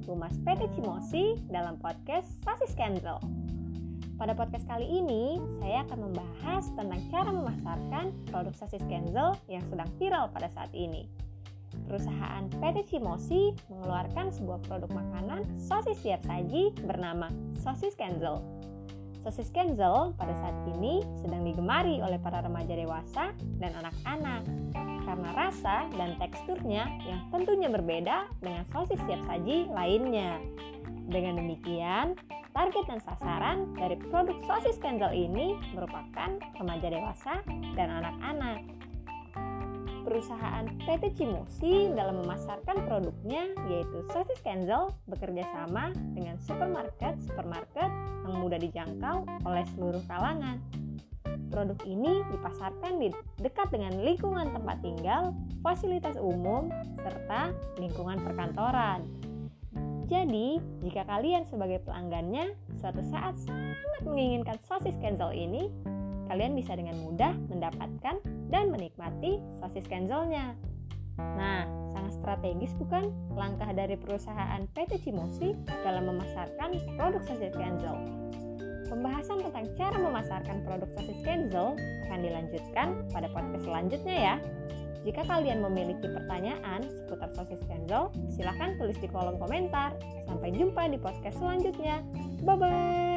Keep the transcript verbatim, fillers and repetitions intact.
Humas P T Cimosi dalam podcast Sosis Kenzel. Pada podcast kali ini, saya akan membahas tentang cara memasarkan produk sosis Kenzel yang sedang viral pada saat ini. Perusahaan P T Cimosi mengeluarkan sebuah produk makanan sosis siap saji bernama Sosis Kenzel. Sosis Kenzel pada saat ini sedang digemari oleh para remaja dewasa dan anak-anak karena rasa dan teksturnya yang tentunya berbeda dengan sosis siap saji lainnya. Dengan demikian, target dan sasaran dari produk Sosis Kenzel ini merupakan remaja dewasa dan anak-anak. Perusahaan P T Cimosi dalam memasarkan produknya yaitu Sosis Kenzel bekerja sama dengan supermarket-supermarket yang mudah dijangkau oleh seluruh kalangan. Produk ini dipasarkan di dekat dengan lingkungan tempat tinggal, fasilitas umum, serta lingkungan perkantoran. Jadi, jika kalian sebagai pelanggannya suatu saat sangat menginginkan Sosis Kenzel ini, kalian bisa dengan mudah mendapatkan dan menikmati sosis Kenzelnya. Nah, sangat strategis bukan langkah dari perusahaan P T Cimosi dalam memasarkan produk sosis Kenzel? Pembahasan tentang cara memasarkan produk sosis Kenzel akan dilanjutkan pada podcast selanjutnya ya. Jika kalian memiliki pertanyaan seputar sosis Kenzel, silakan tulis di kolom komentar. Sampai jumpa di podcast selanjutnya. Bye-bye!